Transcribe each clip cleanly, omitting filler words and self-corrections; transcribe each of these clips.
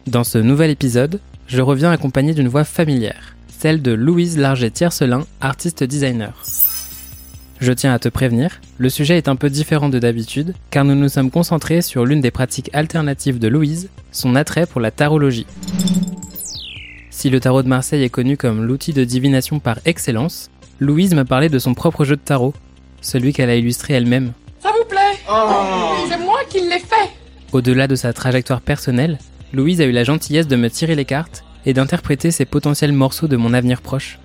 Dans ce nouvel épisode, je reviens accompagné d'une voix familière, celle de Louise Larget-Tiercelin, artiste designer. Je tiens à te prévenir, le sujet est un peu différent de d'habitude, car nous nous sommes concentrés sur l'une des pratiques alternatives de Louise, son attrait pour la tarologie. Si le tarot de Marseille est connu comme l'outil de divination par excellence, Louise me parlait de son propre jeu de tarot, celui qu'elle a illustré elle-même. Ça vous plaît ? C'est moi qui l'ai fait. Au-delà de sa trajectoire personnelle, Louise a eu la gentillesse de me tirer les cartes et d'interpréter ces potentiels morceaux de mon avenir proche.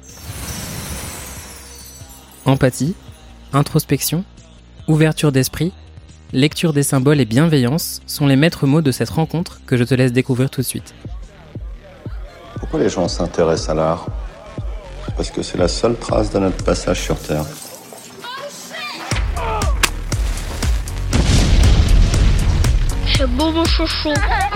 Empathie, introspection, ouverture d'esprit, lecture des symboles et bienveillance sont les maîtres mots de cette rencontre que je te laisse découvrir tout de suite. Pourquoi les gens s'intéressent à l'art ? Parce que c'est la seule trace de notre passage sur Terre. C'est beau mon chouchou.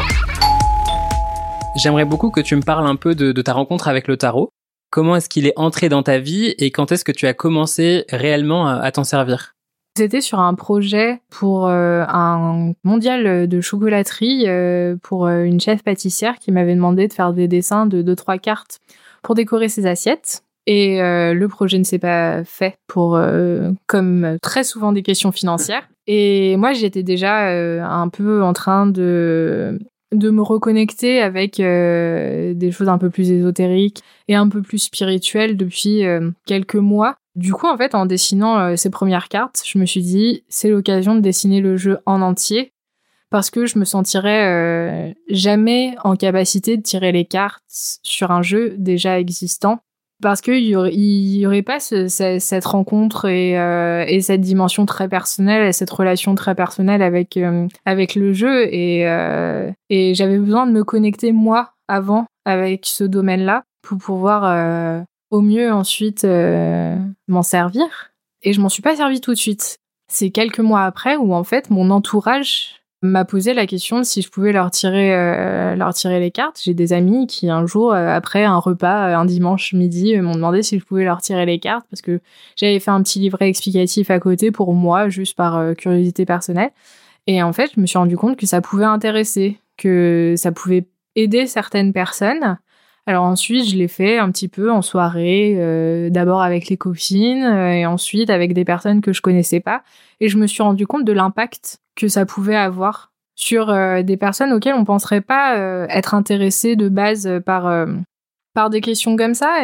J'aimerais beaucoup que tu me parles un peu de ta rencontre avec le tarot. Comment est-ce qu'il est entré dans ta vie et quand est-ce que tu as commencé réellement à t'en servir ? C'était sur un projet pour un mondial de chocolaterie pour une chef pâtissière qui m'avait demandé de faire des dessins de 2-3 cartes pour décorer ses assiettes. Et le projet ne s'est pas fait pour, comme très souvent, des questions financières. Et moi, j'étais déjà un peu en train de me reconnecter avec des choses un peu plus ésotériques et un peu plus spirituelles depuis quelques mois. Du coup, en fait, en dessinant ces premières cartes, je me suis dit, c'est l'occasion de dessiner le jeu en entier parce que je me sentirais jamais en capacité de tirer les cartes sur un jeu déjà existant. Parce qu'il y aurait pas cette rencontre et cette dimension très personnelle et cette relation très personnelle avec le jeu et j'avais besoin de me connecter moi avant avec ce domaine-là pour pouvoir au mieux ensuite m'en servir. Et je m'en suis pas servi tout de suite. C'est quelques mois après où en fait mon entourage m'a posé la question de si je pouvais leur tirer les cartes. J'ai des amis qui un jour, après un repas, un dimanche midi, m'ont demandé si je pouvais leur tirer les cartes parce que j'avais fait un petit livret explicatif à côté pour moi, juste par curiosité personnelle. Et en fait, je me suis rendu compte que ça pouvait intéresser, que ça pouvait aider certaines personnes. Alors ensuite, je l'ai fait un petit peu en soirée, d'abord avec les copines et ensuite avec des personnes que je connaissais pas. Et je me suis rendu compte de l'impact que ça pouvait avoir sur des personnes auxquelles on penserait pas être intéressées de base par des questions comme ça.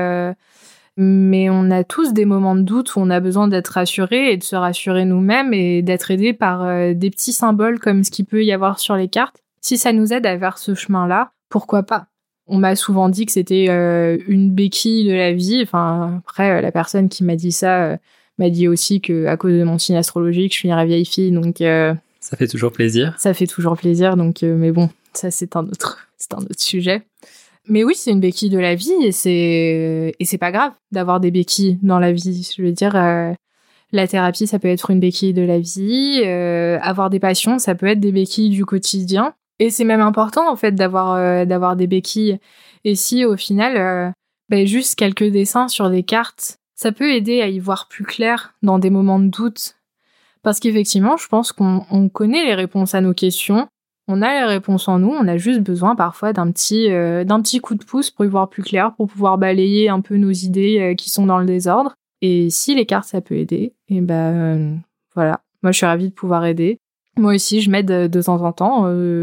Mais on a tous des moments de doute où on a besoin d'être rassurés et de se rassurer nous-mêmes et d'être aidés par des petits symboles comme ce qu'il peut y avoir sur les cartes. Si ça nous aide à vers ce chemin-là, pourquoi pas ? On m'a souvent dit que c'était une béquille de la vie. Enfin, après, la personne qui m'a dit ça m'a dit aussi que à cause de mon signe astrologique, je finirais vieille fille. Donc, ça fait toujours plaisir. Ça fait toujours plaisir. Donc, mais bon, ça c'est un autre sujet. Mais oui, c'est une béquille de la vie et c'est pas grave d'avoir des béquilles dans la vie. Je veux dire, la thérapie, ça peut être une béquille de la vie. Avoir des passions, ça peut être des béquilles du quotidien. Et c'est même important, en fait, d'avoir des béquilles. Et si, au final, juste quelques dessins sur des cartes, ça peut aider à y voir plus clair dans des moments de doute. Parce qu'effectivement, je pense qu'on connaît les réponses à nos questions. On a les réponses en nous. On a juste besoin, parfois, d'un petit coup de pouce pour y voir plus clair, pour pouvoir balayer un peu nos idées qui sont dans le désordre. Et si les cartes, ça peut aider, et voilà. Moi, je suis ravie de pouvoir aider. Moi aussi, je m'aide de temps en temps,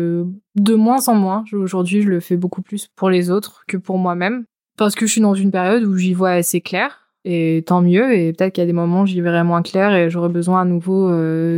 de moins en moins. Aujourd'hui, je le fais beaucoup plus pour les autres que pour moi-même. Parce que je suis dans une période où j'y vois assez clair, et tant mieux. Et peut-être qu'il y a des moments où j'y verrai moins clair et j'aurai besoin à nouveau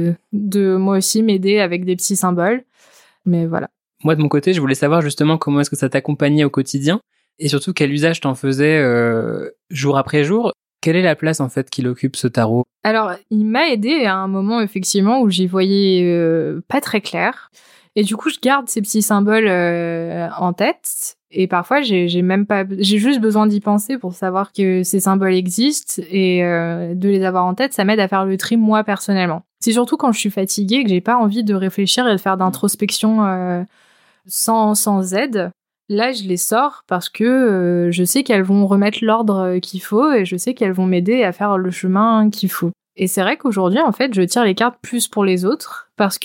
de moi aussi m'aider avec des petits symboles. Mais voilà. Moi, de mon côté, je voulais savoir justement comment est-ce que ça t'accompagnait au quotidien et surtout quel usage t'en faisais jour après jour. Quelle est la place, en fait, qu'il occupe, ce tarot ? Alors, il m'a aidé à un moment, effectivement, où j'y voyais pas très clair. Et du coup, je garde ces petits symboles en tête. Et parfois, j'ai juste besoin d'y penser pour savoir que ces symboles existent. Et de les avoir en tête, ça m'aide à faire le tri, moi, personnellement. C'est surtout quand je suis fatiguée que j'ai pas envie de réfléchir et de faire d'introspection sans aide. Là, je les sors parce que je sais qu'elles vont remettre l'ordre qu'il faut et je sais qu'elles vont m'aider à faire le chemin qu'il faut. Et c'est vrai qu'aujourd'hui, en fait, je tire les cartes plus pour les autres parce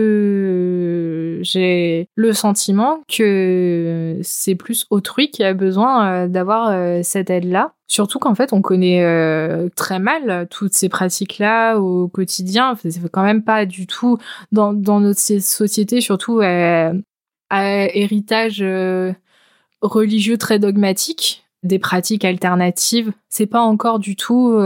que j'ai le sentiment que c'est plus autrui qui a besoin d'avoir cette aide-là. Surtout qu'en fait, on connaît très mal toutes ces pratiques-là au quotidien. C'est quand même pas du tout dans notre société, surtout à héritage religieux très dogmatique. Des pratiques alternatives, c'est pas encore du tout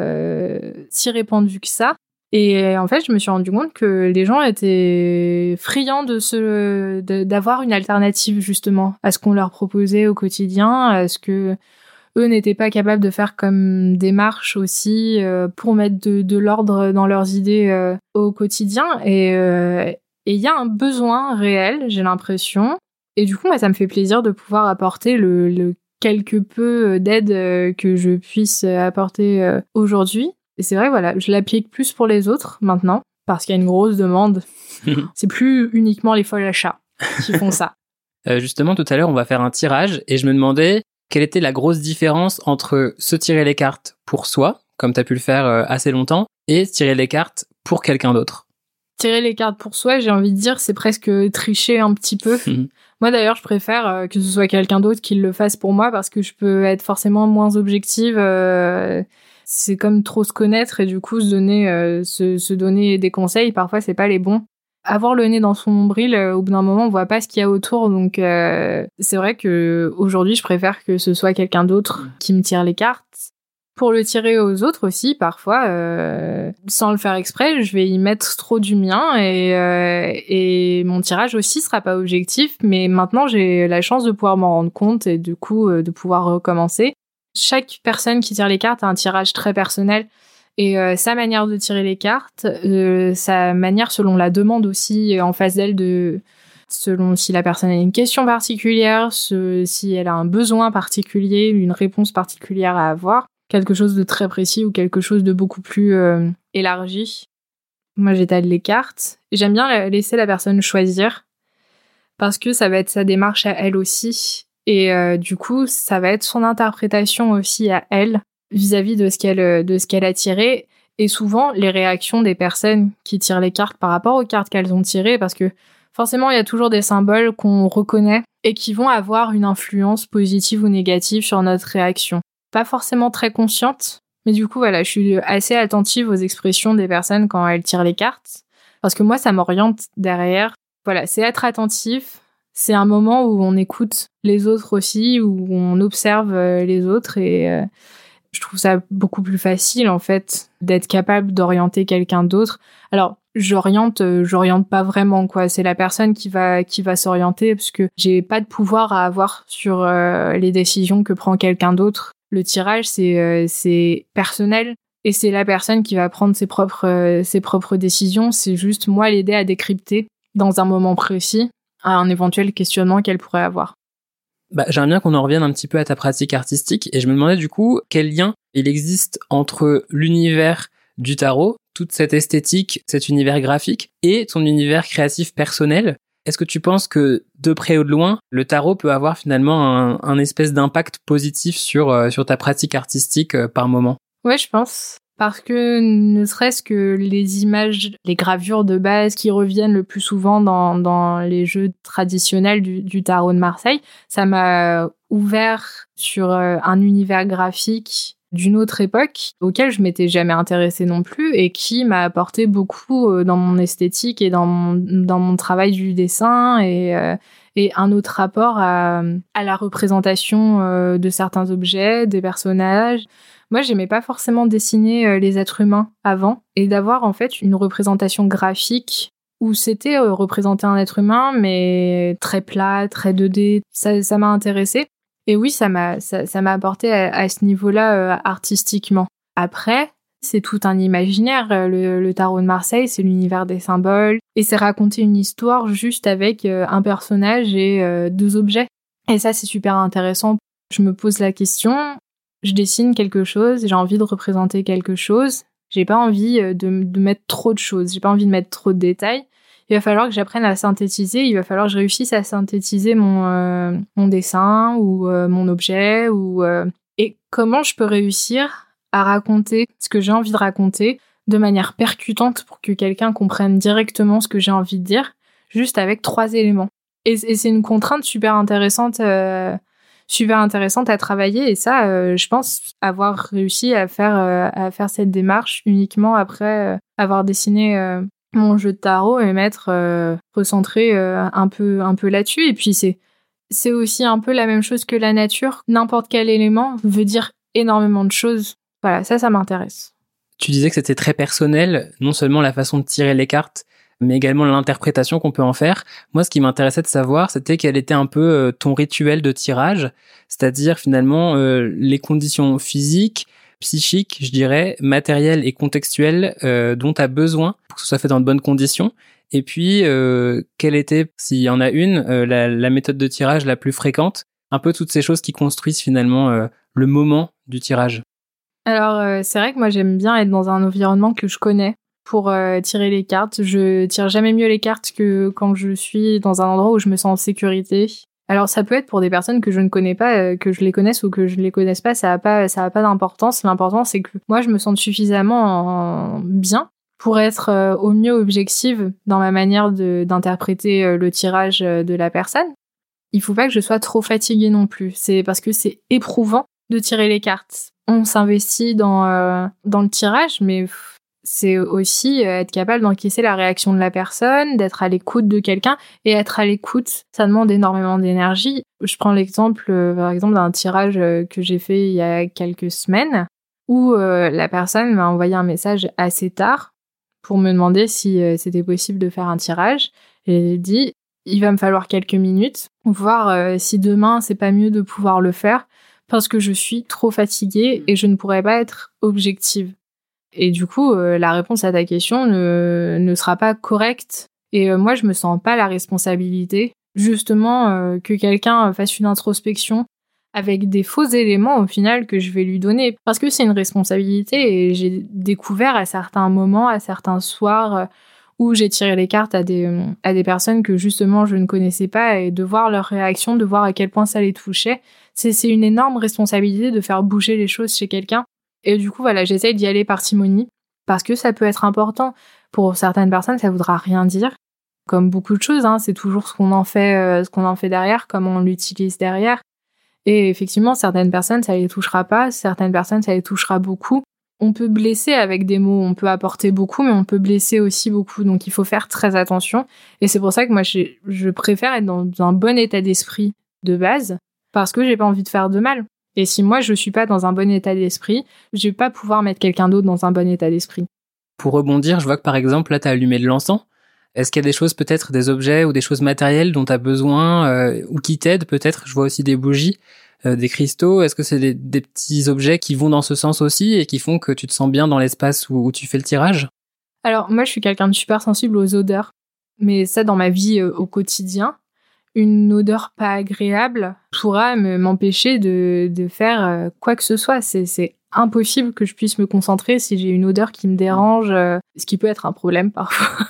si répandu que ça. Et en fait, je me suis rendu compte que les gens étaient friands d'avoir une alternative justement à ce qu'on leur proposait au quotidien, à ce que eux n'étaient pas capables de faire comme démarche aussi pour mettre de l'ordre dans leurs idées au quotidien. Et il y a un besoin réel, j'ai l'impression. Et du coup, moi, ça me fait plaisir de pouvoir apporter le quelque peu d'aide que je puisse apporter aujourd'hui. Et c'est vrai, voilà, je l'applique plus pour les autres maintenant, parce qu'il y a une grosse demande. C'est plus uniquement les folles à chat qui font ça. Justement, tout à l'heure, on va faire un tirage, et je me demandais quelle était la grosse différence entre se tirer les cartes pour soi, comme tu as pu le faire assez longtemps, et se tirer les cartes pour quelqu'un d'autre. Tirer les cartes pour soi, j'ai envie de dire, c'est presque tricher un petit peu. Moi, d'ailleurs, je préfère que ce soit quelqu'un d'autre qui le fasse pour moi parce que je peux être forcément moins objective. C'est comme trop se connaître et du coup, se donner des conseils, parfois, c'est pas les bons. Avoir le nez dans son nombril, au bout d'un moment, on voit pas ce qu'il y a autour. Donc, c'est vrai que aujourd'hui, je préfère que ce soit quelqu'un d'autre qui me tire les cartes. Pour le tirer aux autres aussi, parfois, sans le faire exprès, je vais y mettre trop du mien et mon tirage aussi sera pas objectif. Mais maintenant, j'ai la chance de pouvoir m'en rendre compte et du coup, de pouvoir recommencer. Chaque personne qui tire les cartes a un tirage très personnel et sa manière de tirer les cartes, sa manière selon la demande aussi en face d'elle selon si la personne a une question particulière, si elle a un besoin particulier, une réponse particulière à avoir. Quelque chose de très précis ou quelque chose de beaucoup plus élargi. Moi, j'étale les cartes. J'aime bien laisser la personne choisir parce que ça va être sa démarche à elle aussi. Et du coup, ça va être son interprétation aussi à elle vis-à-vis de ce qu'elle a tiré. Et souvent, les réactions des personnes qui tirent les cartes par rapport aux cartes qu'elles ont tirées, parce que forcément, il y a toujours des symboles qu'on reconnaît et qui vont avoir une influence positive ou négative sur notre réaction. Pas forcément très consciente, mais du coup, voilà, je suis assez attentive aux expressions des personnes quand elles tirent les cartes, parce que moi, ça m'oriente derrière. Voilà, c'est être attentif, c'est un moment où on écoute les autres aussi, où on observe les autres, et je trouve ça beaucoup plus facile, en fait, d'être capable d'orienter quelqu'un d'autre. Alors, j'oriente pas vraiment, quoi. C'est la personne qui va s'orienter, parce que j'ai pas de pouvoir à avoir sur les décisions que prend quelqu'un d'autre. Le tirage, c'est personnel et c'est la personne qui va prendre ses propres décisions. C'est juste moi l'aider à décrypter dans un moment précis un éventuel questionnement qu'elle pourrait avoir. J'aimerais bien qu'on en revienne un petit peu à ta pratique artistique et je me demandais du coup quel lien il existe entre l'univers du tarot, toute cette esthétique, cet univers graphique et ton univers créatif personnel. Est-ce que tu penses que, de près ou de loin, le tarot peut avoir finalement un espèce d'impact positif sur ta pratique artistique par moment ? Ouais, je pense. Parce que ne serait-ce que les images, les gravures de base qui reviennent le plus souvent dans les jeux traditionnels du tarot de Marseille, ça m'a ouvert sur un univers graphique d'une autre époque auquel je m'étais jamais intéressée non plus et qui m'a apporté beaucoup dans mon esthétique et dans mon travail du dessin et un autre rapport à la représentation de certains objets, des personnages. Moi, j'aimais pas forcément dessiner les êtres humains avant et d'avoir en fait une représentation graphique où c'était représenter un être humain mais très plat, très 2D, ça m'a intéressée. Et oui, ça m'a apporté à ce niveau-là artistiquement. Après, c'est tout un imaginaire. Le tarot de Marseille, c'est l'univers des symboles. Et c'est raconter une histoire juste avec un personnage et 2 objets. Et ça, c'est super intéressant. Je me pose la question, je dessine quelque chose, j'ai envie de représenter quelque chose. J'ai pas envie de mettre trop de choses, j'ai pas envie de mettre trop de détails. Il va falloir que j'apprenne à synthétiser, il va falloir que je réussisse à synthétiser mon dessin ou mon objet et comment je peux réussir à raconter ce que j'ai envie de raconter de manière percutante pour que quelqu'un comprenne directement ce que j'ai envie de dire, juste avec 3 éléments. Et c'est une contrainte super intéressante à travailler. Et ça, je pense avoir réussi à faire cette démarche uniquement après avoir dessiné mon jeu de tarot et m'être recentré un peu là-dessus. Et puis c'est aussi un peu la même chose que la nature. N'importe quel élément veut dire énormément de choses. Voilà, ça m'intéresse. Tu disais que c'était très personnel, non seulement la façon de tirer les cartes, mais également l'interprétation qu'on peut en faire. Moi, ce qui m'intéressait de savoir, c'était quel était un peu ton rituel de tirage, c'est-à-dire finalement les conditions physiques, psychiques, je dirais, matérielles et contextuelles dont tu as besoin pour que ce soit fait dans de bonnes conditions. Et puis, quelle était, s'il y en a une, la méthode de tirage la plus fréquente, un peu toutes ces choses qui construisent finalement le moment du tirage. Alors, c'est vrai que moi, j'aime bien être dans un environnement que je connais pour tirer les cartes. Je tire jamais mieux les cartes que quand je suis dans un endroit où je me sens en sécurité. Alors, ça peut être pour des personnes que je ne connais pas, que je les connaisse ou que je ne les connaisse pas, ça a pas d'importance. L'important, c'est que moi, je me sente suffisamment bien pour être au mieux objective dans ma manière d'interpréter le tirage de la personne. Il faut pas que je sois trop fatiguée non plus. C'est parce que c'est éprouvant de tirer les cartes. On s'investit dans le tirage, mais c'est aussi être capable d'encaisser la réaction de la personne, d'être à l'écoute de quelqu'un. Et être à l'écoute, ça demande énormément d'énergie. Je prends l'exemple, par exemple, d'un tirage que j'ai fait il y a quelques semaines, où la personne m'a envoyé un message assez tard pour me demander si c'était possible de faire un tirage. Et j'ai dit, il va me falloir quelques minutes, voir si demain, c'est pas mieux de pouvoir le faire, parce que je suis trop fatiguée et je ne pourrais pas être objective. Et du coup, la réponse à ta question ne sera pas correcte. Et moi, je me sens pas la responsabilité, justement, que quelqu'un fasse une introspection avec des faux éléments, au final, que je vais lui donner. Parce que c'est une responsabilité et j'ai découvert à certains moments, à certains soirs, où j'ai tiré les cartes à des personnes que, justement, je ne connaissais pas, et de voir leur réaction, de voir à quel point ça les touchait. C'est une énorme responsabilité de faire bouger les choses chez quelqu'un. Et du coup, voilà, j'essaye d'y aller parcimonie, parce que ça peut être important. Pour certaines personnes, ça voudra rien dire. Comme beaucoup de choses, hein, c'est toujours ce qu'on en fait derrière, comment on l'utilise derrière. Et effectivement, certaines personnes, ça les touchera pas, certaines personnes, ça les touchera beaucoup. On peut blesser avec des mots, on peut apporter beaucoup, mais on peut blesser aussi beaucoup. Donc, il faut faire très attention. Et c'est pour ça que moi, je préfère être dans un bon état d'esprit de base, parce que j'ai pas envie de faire de mal. Et si moi, je suis pas dans un bon état d'esprit, je vais pas pouvoir mettre quelqu'un d'autre dans un bon état d'esprit. Pour rebondir, je vois que par exemple, là, t'as allumé de l'encens. Est-ce qu'il y a des choses, peut-être des objets ou des choses matérielles dont t'as besoin ou qui t'aident peut-être? Je vois aussi des bougies, des cristaux. Est-ce que c'est des petits objets qui vont dans ce sens aussi et qui font que tu te sens bien dans l'espace où tu fais le tirage? Alors, moi, je suis quelqu'un de super sensible aux odeurs. Mais ça, dans ma vie au quotidien, une odeur pas agréable pourra m'empêcher de faire quoi que ce soit. C'est impossible que je puisse me concentrer si j'ai une odeur qui me dérange, ce qui peut être un problème parfois.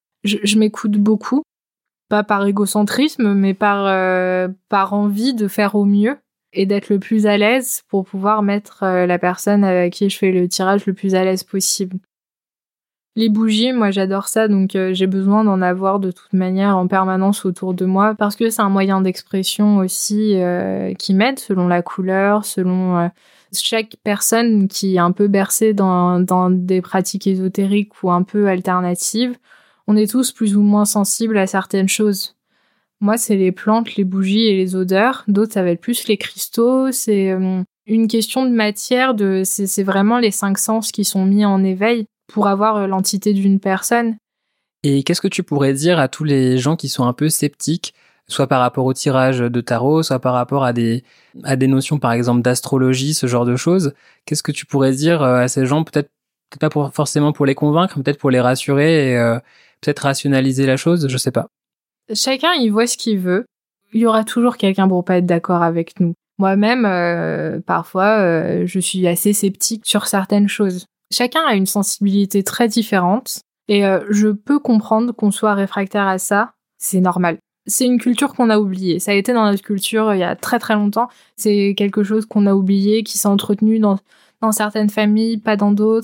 Je m'écoute beaucoup, pas par égocentrisme, mais par envie de faire au mieux et d'être le plus à l'aise pour pouvoir mettre la personne avec qui je fais le tirage le plus à l'aise possible. Les bougies, moi j'adore ça, donc j'ai besoin d'en avoir de toute manière en permanence autour de moi, parce que c'est un moyen d'expression aussi qui m'aide selon la couleur, selon chaque personne qui est un peu bercée dans des pratiques ésotériques ou un peu alternatives. On est tous plus ou moins sensibles à certaines choses. Moi, c'est les plantes, les bougies et les odeurs. D'autres, ça va être plus les cristaux. C'est une question de matière. C'est vraiment les 5 sens qui sont mis en éveil pour avoir l'entité d'une personne. Et qu'est-ce que tu pourrais dire à tous les gens qui sont un peu sceptiques, soit par rapport au tirage de tarot, soit par rapport à des notions, par exemple, d'astrologie, ce genre de choses? Qu'est-ce que tu pourrais dire à ces gens, peut-être pas forcément pour les convaincre, peut-être pour les rassurer et peut-être rationaliser la chose, je sais pas. Chacun, il voit ce qu'il veut. Il y aura toujours quelqu'un pour pas être d'accord avec nous. Moi-même, parfois, je suis assez sceptique sur certaines choses. Chacun a une sensibilité très différente et je peux comprendre qu'on soit réfractaire à ça. C'est normal. C'est une culture qu'on a oubliée. Ça a été dans notre culture il y a très très longtemps. C'est quelque chose qu'on a oublié, qui s'est entretenu dans certaines familles, pas dans d'autres.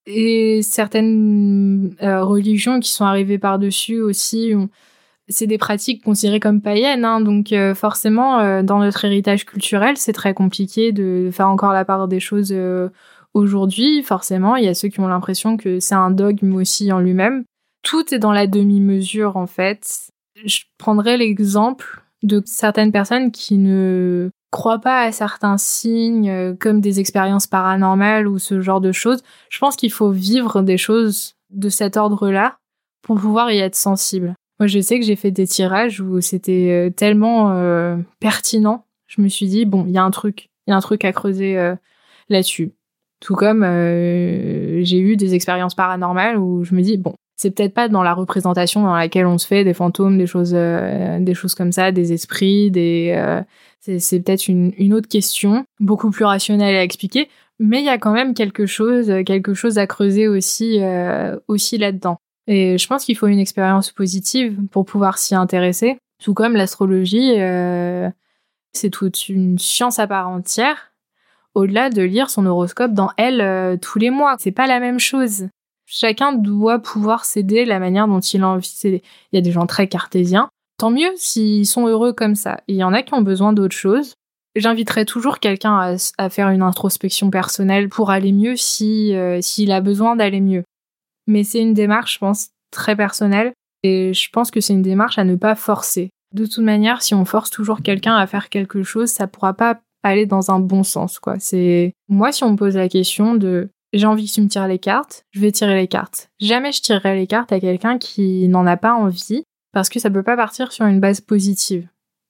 Et certaines religions qui sont arrivées par-dessus aussi, c'est des pratiques considérées comme païennes, hein, donc forcément, dans notre héritage culturel, c'est très compliqué de faire encore la part des choses aujourd'hui. Forcément, il y a ceux qui ont l'impression que c'est un dogme aussi en lui-même. Tout est dans la demi-mesure, en fait. Je prendrais l'exemple de certaines personnes qui ne croient pas à certains signes comme des expériences paranormales ou ce genre de choses. Je pense qu'il faut vivre des choses de cet ordre-là pour pouvoir y être sensible. Moi, je sais que j'ai fait des tirages où c'était tellement pertinent. Je me suis dit, bon, il y a un truc à creuser là-dessus. Tout comme j'ai eu des expériences paranormales où je me dis, bon, c'est peut-être pas dans la représentation dans laquelle on se fait des fantômes, des choses comme ça, des esprits, c'est peut-être une autre question, beaucoup plus rationnelle à expliquer, mais il y a quand même quelque chose à creuser aussi là-dedans. Et je pense qu'il faut une expérience positive pour pouvoir s'y intéresser, tout comme l'astrologie, c'est toute une science à part entière, au-delà de lire son horoscope dans Elle tous les mois. C'est pas la même chose. Chacun doit pouvoir s'aider la manière dont il a envie de s'aider. Il y a des gens très cartésiens. Tant mieux s'ils sont heureux comme ça. Il y en a qui ont besoin d'autre chose. J'inviterais toujours quelqu'un à faire une introspection personnelle pour aller mieux s'il a besoin d'aller mieux. Mais c'est une démarche, je pense, très personnelle. Et je pense que c'est une démarche à ne pas forcer. De toute manière, si on force toujours quelqu'un à faire quelque chose, ça pourra pas aller dans un bon sens, quoi. Moi, si on me pose la question de j'ai envie que tu me tires les cartes, je vais tirer les cartes. Jamais je tirerai les cartes à quelqu'un qui n'en a pas envie, parce que ça peut pas partir sur une base positive.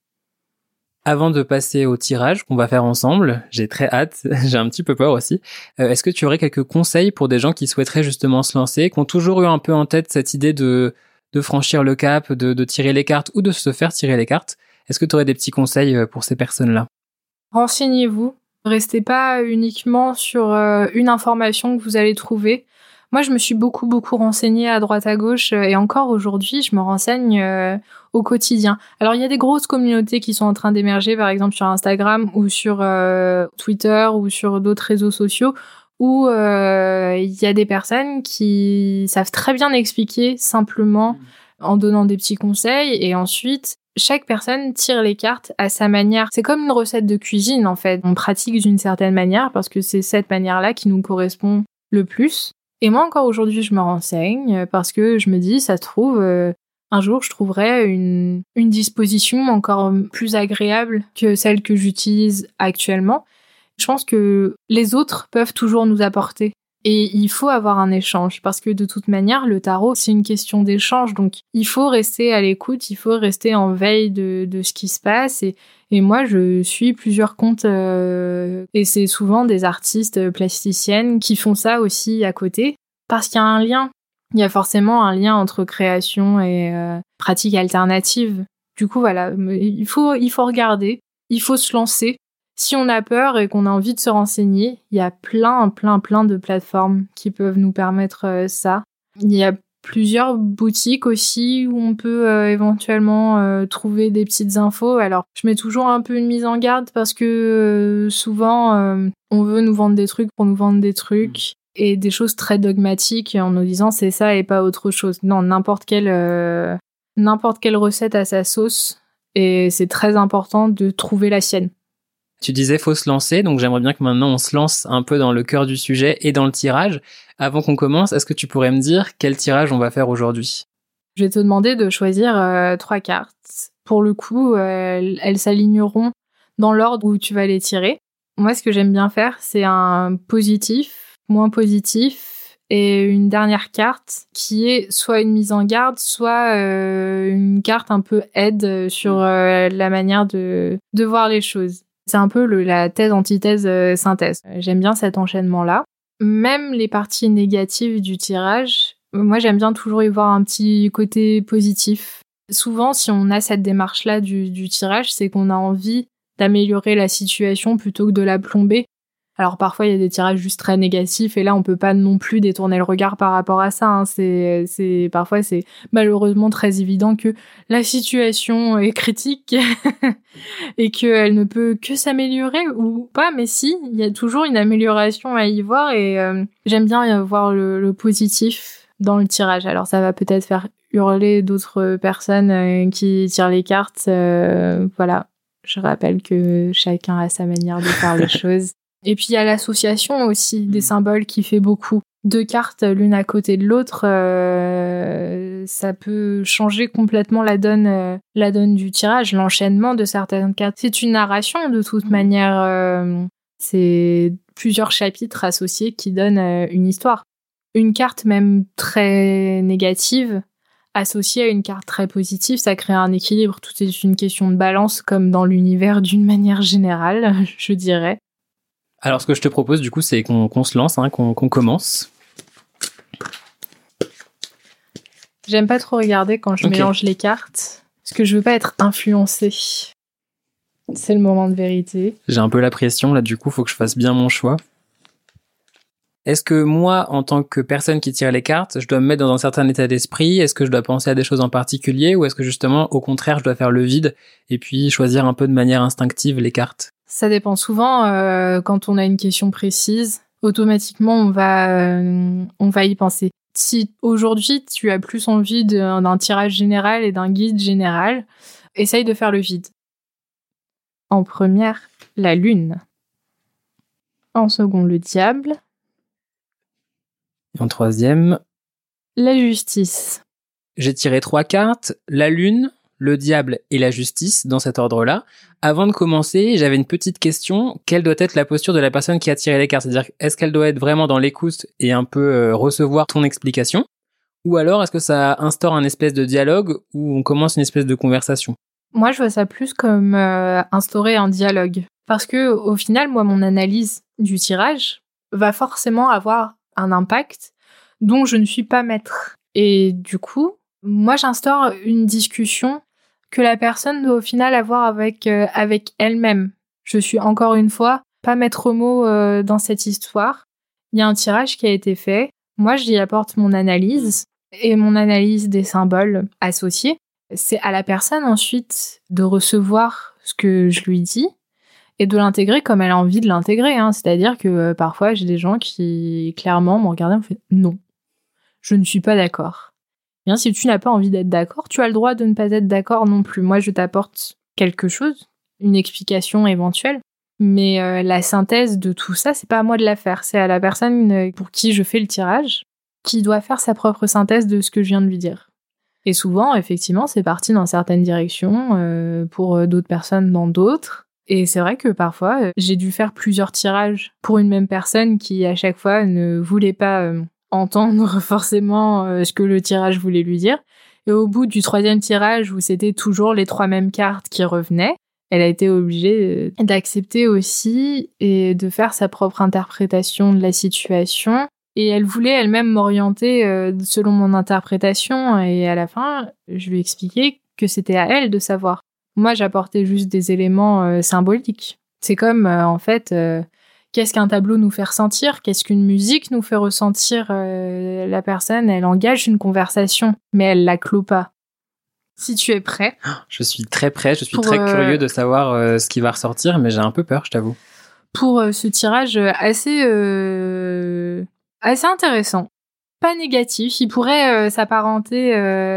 Avant de passer au tirage qu'on va faire ensemble, j'ai très hâte, j'ai un petit peu peur aussi, est-ce que tu aurais quelques conseils pour des gens qui souhaiteraient justement se lancer, qui ont toujours eu un peu en tête cette idée de franchir le cap, de tirer les cartes ou de se faire tirer les cartes? Est-ce que tu aurais des petits conseils pour ces personnes-là? Renseignez-vous. Restez pas uniquement sur une information que vous allez trouver. Moi, je me suis beaucoup renseignée à droite à gauche et encore aujourd'hui, je me renseigne au quotidien. Alors, il y a des grosses communautés qui sont en train d'émerger, par exemple sur Instagram ou sur Twitter ou sur d'autres réseaux sociaux où il y a des personnes qui savent très bien expliquer simplement en donnant des petits conseils et ensuite chaque personne tire les cartes à sa manière. C'est comme une recette de cuisine, en fait. On pratique d'une certaine manière parce que c'est cette manière-là qui nous correspond le plus. Et moi, encore aujourd'hui, je me renseigne parce que je me dis, ça se trouve, un jour, je trouverai une disposition encore plus agréable que celle que j'utilise actuellement. Je pense que les autres peuvent toujours nous apporter. Et il faut avoir un échange, parce que de toute manière, le tarot, c'est une question d'échange. Donc, il faut rester à l'écoute, il faut rester en veille de ce qui se passe. Et moi, je suis plusieurs comptes, et c'est souvent des artistes plasticiennes qui font ça aussi à côté, parce qu'il y a un lien. Il y a forcément un lien entre création et pratique alternative. Du coup, voilà, il faut regarder, il faut se lancer. Si on a peur et qu'on a envie de se renseigner, il y a plein de plateformes qui peuvent nous permettre ça. Il y a plusieurs boutiques aussi où on peut éventuellement trouver des petites infos. Alors, je mets toujours un peu une mise en garde parce que souvent, on veut nous vendre des trucs pour nous vendre des trucs et des choses très dogmatiques en nous disant c'est ça et pas autre chose. Non, n'importe quelle recette a sa sauce et c'est très important de trouver la sienne. Tu disais faut se lancer, donc j'aimerais bien que maintenant on se lance un peu dans le cœur du sujet et dans le tirage. Avant qu'on commence, est-ce que tu pourrais me dire quel tirage on va faire aujourd'hui? Je vais te demander de choisir 3 cartes. Pour le coup, elles s'aligneront dans l'ordre où tu vas les tirer. Moi, ce que j'aime bien faire, c'est un positif, moins positif, et une dernière carte qui est soit une mise en garde, soit une carte un peu aide sur la manière de voir les choses. C'est un peu la thèse, antithèse, synthèse. J'aime bien cet enchaînement-là. Même les parties négatives du tirage, moi j'aime bien toujours y voir un petit côté positif. Souvent, si on a cette démarche-là du tirage, c'est qu'on a envie d'améliorer la situation plutôt que de la plomber. Alors parfois il y a des tirages juste très négatifs et là on peut pas non plus détourner le regard par rapport à ça. Hein. Parfois c'est malheureusement très évident que la situation est critique et qu'elle ne peut que s'améliorer ou pas. Mais si, il y a toujours une amélioration à y voir et j'aime bien voir le positif dans le tirage. Alors ça va peut-être faire hurler d'autres personnes qui tirent les cartes. Voilà, je rappelle que chacun a sa manière de faire les choses. Et puis il y a l'association aussi des symboles qui fait beaucoup. 2 cartes l'une à côté de l'autre, ça peut changer complètement la donne du tirage, l'enchaînement de certaines cartes. C'est une narration de toute manière, c'est plusieurs chapitres associés qui donnent une histoire. Une carte même très négative associée à une carte très positive, ça crée un équilibre. Tout est une question de balance comme dans l'univers d'une manière générale, je dirais. Alors, ce que je te propose, du coup, c'est qu'on se lance, hein, qu'on commence. J'aime pas trop regarder quand je mélange les cartes, parce que je veux pas être influencée. C'est le moment de vérité. J'ai un peu la pression, là, du coup, faut que je fasse bien mon choix. Est-ce que moi, en tant que personne qui tire les cartes, je dois me mettre dans un certain état d'esprit? Est-ce que je dois penser à des choses en particulier? Ou est-ce que justement, au contraire, je dois faire le vide et puis choisir un peu de manière instinctive les cartes? Ça dépend souvent. Quand on a une question précise, automatiquement, on va y penser. Si aujourd'hui, tu as plus envie d'un tirage général et d'un guide général, essaye de faire le vide. En première, la lune. En second, le diable. Et en troisième, la justice. J'ai tiré 3 cartes, la lune, le diable et la justice, dans cet ordre-là. Avant de commencer, j'avais une petite question. Quelle doit être la posture de la personne qui a tiré les cartes? C'est-à-dire, est-ce qu'elle doit être vraiment dans l'écoute et un peu recevoir ton explication? Ou alors, est-ce que ça instaure un espèce de dialogue où on commence une espèce de conversation? Moi, je vois ça plus comme instaurer un dialogue. Parce que, au final, moi, mon analyse du tirage va forcément avoir un impact dont je ne suis pas maître. Et du coup, moi, j'instaure une discussion que la personne doit au final avoir avec elle-même. Je suis encore une fois pas maître mot dans cette histoire. Il y a un tirage qui a été fait. Moi, j'y apporte mon analyse et mon analyse des symboles associés. C'est à la personne ensuite de recevoir ce que je lui dis et de l'intégrer comme elle a envie de l'intégrer. Hein. C'est-à-dire que parfois, j'ai des gens qui clairement m'ont regardé et m'ont fait « Non, je ne suis pas d'accord ». Bien, si tu n'as pas envie d'être d'accord, tu as le droit de ne pas être d'accord non plus. Moi, je t'apporte quelque chose, une explication éventuelle, mais la synthèse de tout ça, c'est pas à moi de la faire. C'est à la personne pour qui je fais le tirage qui doit faire sa propre synthèse de ce que je viens de lui dire. Et souvent, effectivement, c'est parti dans certaines directions, pour d'autres personnes dans d'autres. Et c'est vrai que parfois, j'ai dû faire plusieurs tirages pour une même personne qui, à chaque fois, ne voulait pas entendre forcément ce que le tirage voulait lui dire. Et au bout du 3e tirage, où c'était toujours les 3 mêmes cartes qui revenaient, elle a été obligée d'accepter aussi et de faire sa propre interprétation de la situation. Et elle voulait elle-même m'orienter selon mon interprétation. Et à la fin, je lui ai expliqué que c'était à elle de savoir. Moi, j'apportais juste des éléments symboliques. C'est comme, en fait... Qu'est-ce qu'un tableau nous fait ressentir? Qu'est-ce qu'une musique nous fait ressentir? La personne, elle engage une conversation, mais elle la clôt pas. Si tu es prêt. Je suis très prêt, je suis très curieux de savoir ce qui va ressortir, mais j'ai un peu peur, je t'avoue. Pour ce tirage assez intéressant. Pas négatif, il pourrait s'apparenter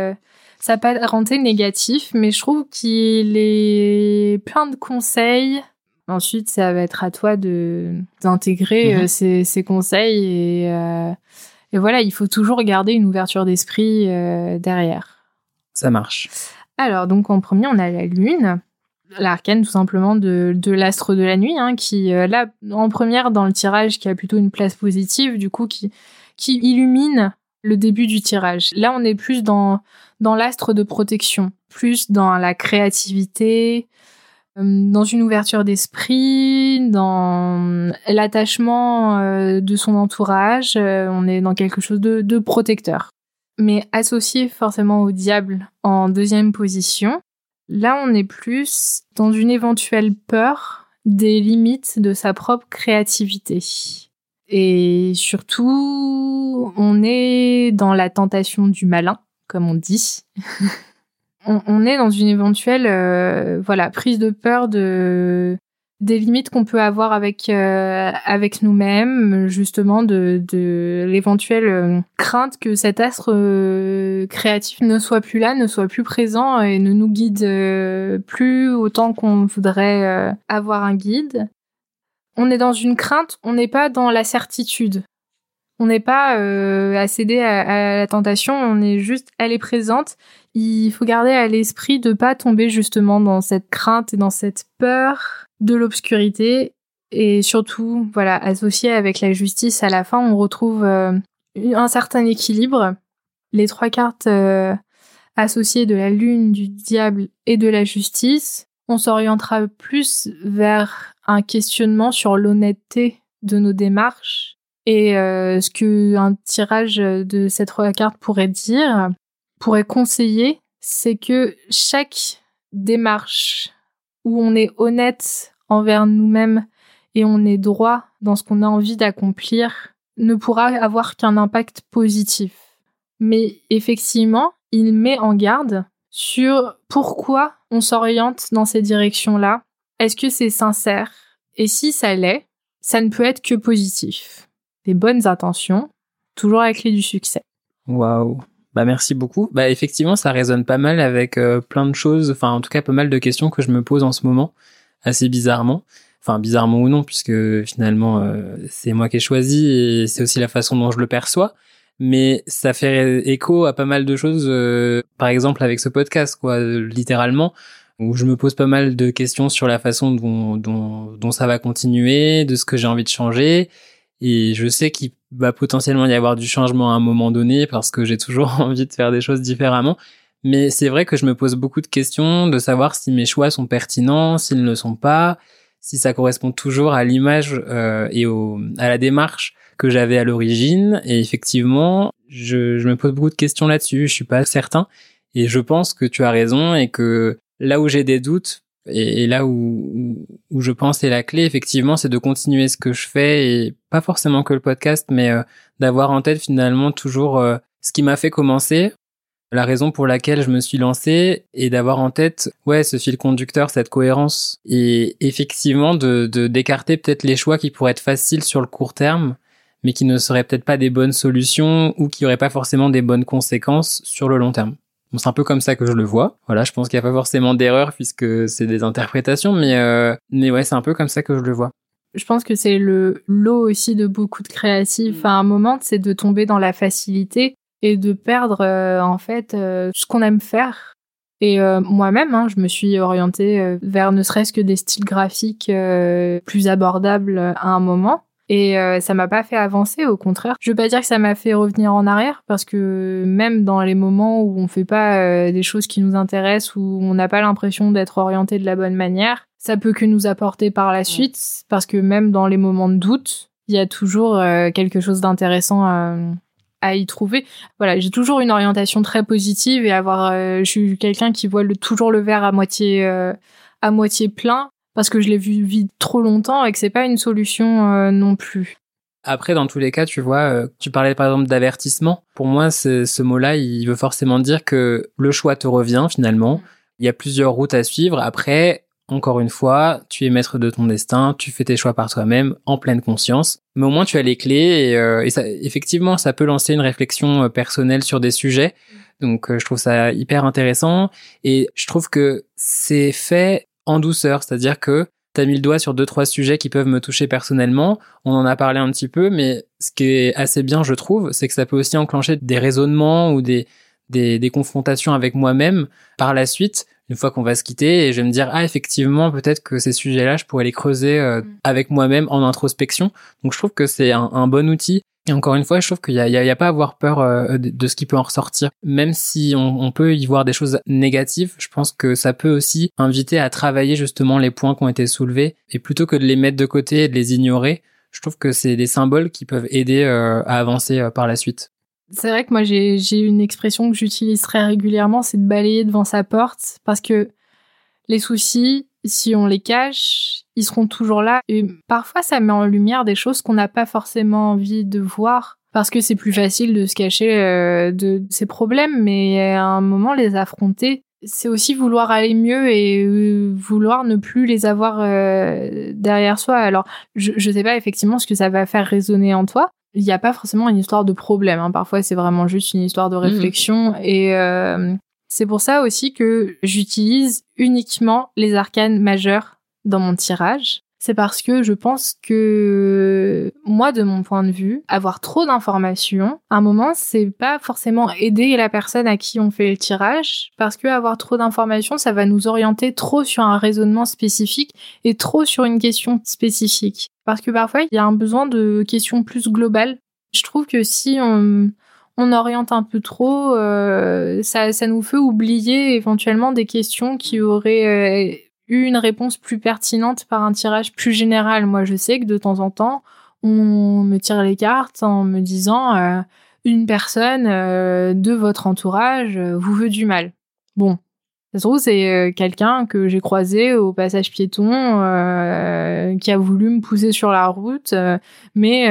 négatif, mais je trouve qu'il est plein de conseils. Ensuite, ça va être à toi d'intégrer ces conseils et voilà, il faut toujours garder une ouverture d'esprit derrière. Ça marche. Alors, donc en premier, on a la lune, l'arcane tout simplement de l'astre de la nuit, hein, qui là, en première dans le tirage, qui a plutôt une place positive, du coup, qui illumine le début du tirage. Là, on est plus dans l'astre de protection, plus dans la créativité, dans une ouverture d'esprit, dans l'attachement de son entourage. On est dans quelque chose de protecteur. Mais associé forcément au diable en 2e position, là on est plus dans une éventuelle peur des limites de sa propre créativité. Et surtout, on est dans la tentation du malin, comme on dit. On est dans une éventuelle prise de peur des limites qu'on peut avoir avec nous-mêmes, justement de l'éventuelle crainte que cet astre créatif ne soit plus là, ne soit plus présent et ne nous guide plus autant qu'on voudrait avoir un guide. On est dans une crainte, on n'est pas dans la certitude. On n'est pas à céder à la tentation, on est juste, elle est présente. Il faut garder à l'esprit de pas tomber justement dans cette crainte et dans cette peur de l'obscurité. Et surtout, associé avec la justice, à la fin, on retrouve un certain équilibre. Les 3 cartes associées de la lune, du diable et de la justice, on s'orientera plus vers un questionnement sur l'honnêteté de nos démarches. Et ce qu'un tirage de ces 3 cartes pourrait conseiller, c'est que chaque démarche où on est honnête envers nous-mêmes et on est droit dans ce qu'on a envie d'accomplir ne pourra avoir qu'un impact positif. Mais effectivement, il met en garde sur pourquoi on s'oriente dans ces directions-là. Est-ce que c'est sincère ? Et si ça l'est, ça ne peut être que positif. Des bonnes intentions, toujours la clé du succès. Waouh. Merci beaucoup. Effectivement, ça résonne pas mal avec plein de choses, enfin en tout cas pas mal de questions que je me pose en ce moment, assez bizarrement. Enfin bizarrement ou non, puisque finalement c'est moi qui ai choisi et c'est aussi la façon dont je le perçois. Mais ça fait écho à pas mal de choses, par exemple avec ce podcast, littéralement, où je me pose pas mal de questions sur la façon dont ça va continuer, de ce que j'ai envie de changer. Et je sais qu'il va potentiellement y avoir du changement à un moment donné parce que j'ai toujours envie de faire des choses différemment. Mais c'est vrai que je me pose beaucoup de questions de savoir si mes choix sont pertinents, s'ils ne le sont pas, si ça correspond toujours à l'image et à la démarche que j'avais à l'origine. Et effectivement, je me pose beaucoup de questions là-dessus. Je suis pas certain. Et je pense que tu as raison et que là où j'ai des doutes, et là où je pense est la clé, effectivement, c'est de continuer ce que je fais et pas forcément que le podcast, mais d'avoir en tête finalement toujours ce qui m'a fait commencer, la raison pour laquelle je me suis lancé et d'avoir en tête, ce fil conducteur, cette cohérence et effectivement d'écarter peut-être les choix qui pourraient être faciles sur le court terme, mais qui ne seraient peut-être pas des bonnes solutions ou qui auraient pas forcément des bonnes conséquences sur le long terme. Bon, c'est un peu comme ça que je le vois. Je pense qu'il n'y a pas forcément d'erreur puisque c'est des interprétations, mais c'est un peu comme ça que je le vois. Je pense que c'est le lot aussi de beaucoup de créatifs. À un moment, c'est de tomber dans la facilité et de perdre ce qu'on aime faire. Et moi-même, je me suis orientée vers ne serait-ce que des styles graphiques plus abordables à un moment. Et ça m'a pas fait avancer, au contraire. Je veux pas dire que ça m'a fait revenir en arrière, parce que même dans les moments où on fait pas des choses qui nous intéressent, où on n'a pas l'impression d'être orienté de la bonne manière, ça peut que nous apporter par la suite, parce que même dans les moments de doute, il y a toujours quelque chose d'intéressant à y trouver. J'ai toujours une orientation très positive et je suis quelqu'un qui voit toujours le verre à moitié plein. Parce que je l'ai vu vide trop longtemps et que c'est pas une solution non plus. Après, dans tous les cas, tu vois, tu parlais par exemple d'avertissement. Pour moi, ce mot-là, il veut forcément dire que le choix te revient finalement. Il y a plusieurs routes à suivre. Après, encore une fois, tu es maître de ton destin, tu fais tes choix par toi-même, en pleine conscience. Mais au moins, tu as les clés et ça, effectivement, ça peut lancer une réflexion personnelle sur des sujets. Donc, je trouve ça hyper intéressant et je trouve que c'est fait en douceur, c'est-à-dire que t'as mis le doigt sur 2-3 sujets qui peuvent me toucher personnellement, on en a parlé un petit peu, mais ce qui est assez bien, je trouve, c'est que ça peut aussi enclencher des raisonnements ou des confrontations avec moi-même par la suite, une fois qu'on va se quitter, et je vais me dire, effectivement, peut-être que ces sujets-là, je pourrais les creuser avec moi-même en introspection. Donc je trouve que c'est un bon outil. Et encore une fois, je trouve qu'il y a pas à avoir peur de ce qui peut en ressortir. Même si on peut y voir des choses négatives, je pense que ça peut aussi inviter à travailler justement les points qui ont été soulevés. Et plutôt que de les mettre de côté et de les ignorer, je trouve que c'est des symboles qui peuvent aider à avancer par la suite. C'est vrai que moi, j'ai une expression que j'utilise très régulièrement, c'est de balayer devant sa porte. Parce que les soucis, si on les cache, ils seront toujours là. Et parfois, ça met en lumière des choses qu'on n'a pas forcément envie de voir. Parce que c'est plus facile de se cacher de ces problèmes, mais à un moment, les affronter, c'est aussi vouloir aller mieux et vouloir ne plus les avoir derrière soi. Alors, je sais pas effectivement ce que ça va faire résonner en toi. Il n'y a pas forcément une histoire de problème. Hein. Parfois, c'est vraiment juste une histoire de réflexion. Et c'est pour ça aussi que j'utilise uniquement les arcanes majeurs dans mon tirage. C'est parce que je pense que moi, de mon point de vue, avoir trop d'informations, à un moment, c'est pas forcément aider la personne à qui on fait le tirage, parce que avoir trop d'informations, ça va nous orienter trop sur un raisonnement spécifique et trop sur une question spécifique. Parce que parfois, il y a un besoin de questions plus globales. Je trouve que si on oriente un peu trop, ça nous fait oublier éventuellement des questions qui auraient une réponse plus pertinente par un tirage plus général. Moi, je sais que de temps en temps, on me tire les cartes en me disant une personne de votre entourage vous veut du mal. Bon, ça se trouve, c'est quelqu'un que j'ai croisé au passage piéton qui a voulu me pousser sur la route, mais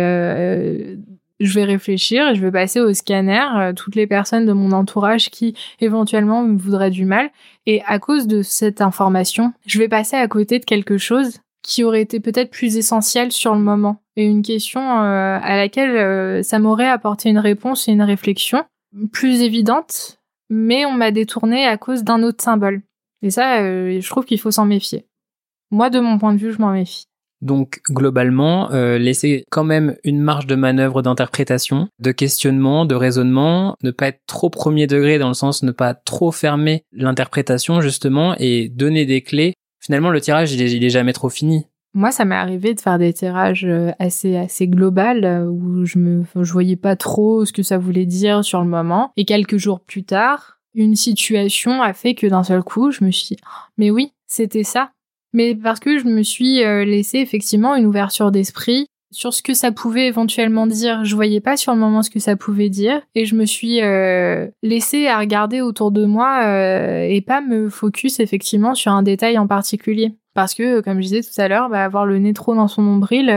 je vais réfléchir et je vais passer au scanner toutes les personnes de mon entourage qui éventuellement me voudraient du mal. Et à cause de cette information, je vais passer à côté de quelque chose qui aurait été peut-être plus essentiel sur le moment. Et une question à laquelle ça m'aurait apporté une réponse et une réflexion plus évidente, mais on m'a détourné à cause d'un autre symbole. Et ça, je trouve qu'il faut s'en méfier. Moi, de mon point de vue, je m'en méfie. Donc, globalement, laisser quand même une marge de manœuvre d'interprétation, de questionnement, de raisonnement, ne pas être trop premier degré dans le sens ne pas trop fermer l'interprétation, justement, et donner des clés. Finalement, le tirage, il est jamais trop fini. Moi, ça m'est arrivé de faire des tirages assez global où je voyais pas trop ce que ça voulait dire sur le moment. Et quelques jours plus tard, une situation a fait que d'un seul coup, je me suis dit « mais oui, c'était ça ». Mais parce que je me suis laissé effectivement une ouverture d'esprit sur ce que ça pouvait éventuellement dire. Je voyais pas sur le moment ce que ça pouvait dire et je me suis laissé à regarder autour de moi et pas me focus effectivement sur un détail en particulier. Parce que, comme je disais tout à l'heure, avoir le nez trop dans son nombril,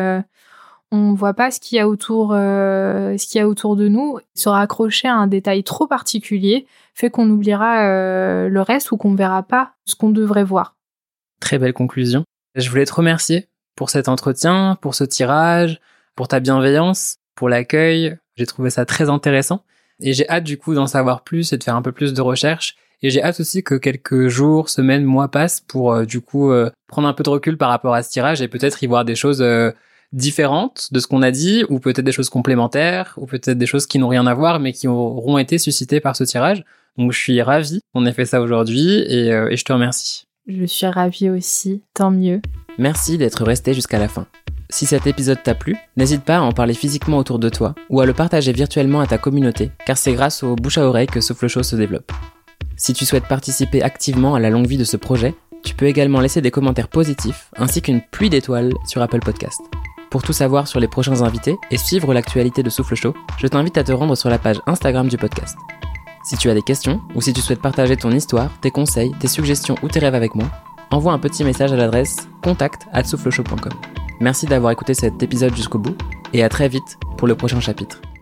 on voit pas ce qu'il y a autour de nous. Se raccrocher à un détail trop particulier fait qu'on oubliera le reste ou qu'on verra pas ce qu'on devrait voir. Très belle conclusion. Je voulais te remercier pour cet entretien, pour ce tirage, pour ta bienveillance, pour l'accueil. J'ai trouvé ça très intéressant et j'ai hâte du coup d'en savoir plus et de faire un peu plus de recherches. Et j'ai hâte aussi que quelques jours, semaines, mois passent pour du coup prendre un peu de recul par rapport à ce tirage et peut-être y voir des choses différentes de ce qu'on a dit, ou peut-être des choses complémentaires, ou peut-être des choses qui n'ont rien à voir mais qui auront été suscitées par ce tirage. Donc je suis ravi qu'on ait fait ça aujourd'hui et je te remercie. Je suis ravie aussi, tant mieux. Merci d'être resté jusqu'à la fin. Si cet épisode t'a plu, n'hésite pas à en parler physiquement autour de toi ou à le partager virtuellement à ta communauté, car c'est grâce au bouche à oreille que Souffle Chaud se développe. Si tu souhaites participer activement à la longue vie de ce projet, tu peux également laisser des commentaires positifs ainsi qu'une pluie d'étoiles sur Apple Podcast. Pour tout savoir sur les prochains invités et suivre l'actualité de Souffle Chaud, je t'invite à te rendre sur la page Instagram du podcast. Si tu as des questions ou si tu souhaites partager ton histoire, tes conseils, tes suggestions ou tes rêves avec moi, envoie un petit message à l'adresse contact@soufflechaud.com. Merci d'avoir écouté cet épisode jusqu'au bout et à très vite pour le prochain chapitre.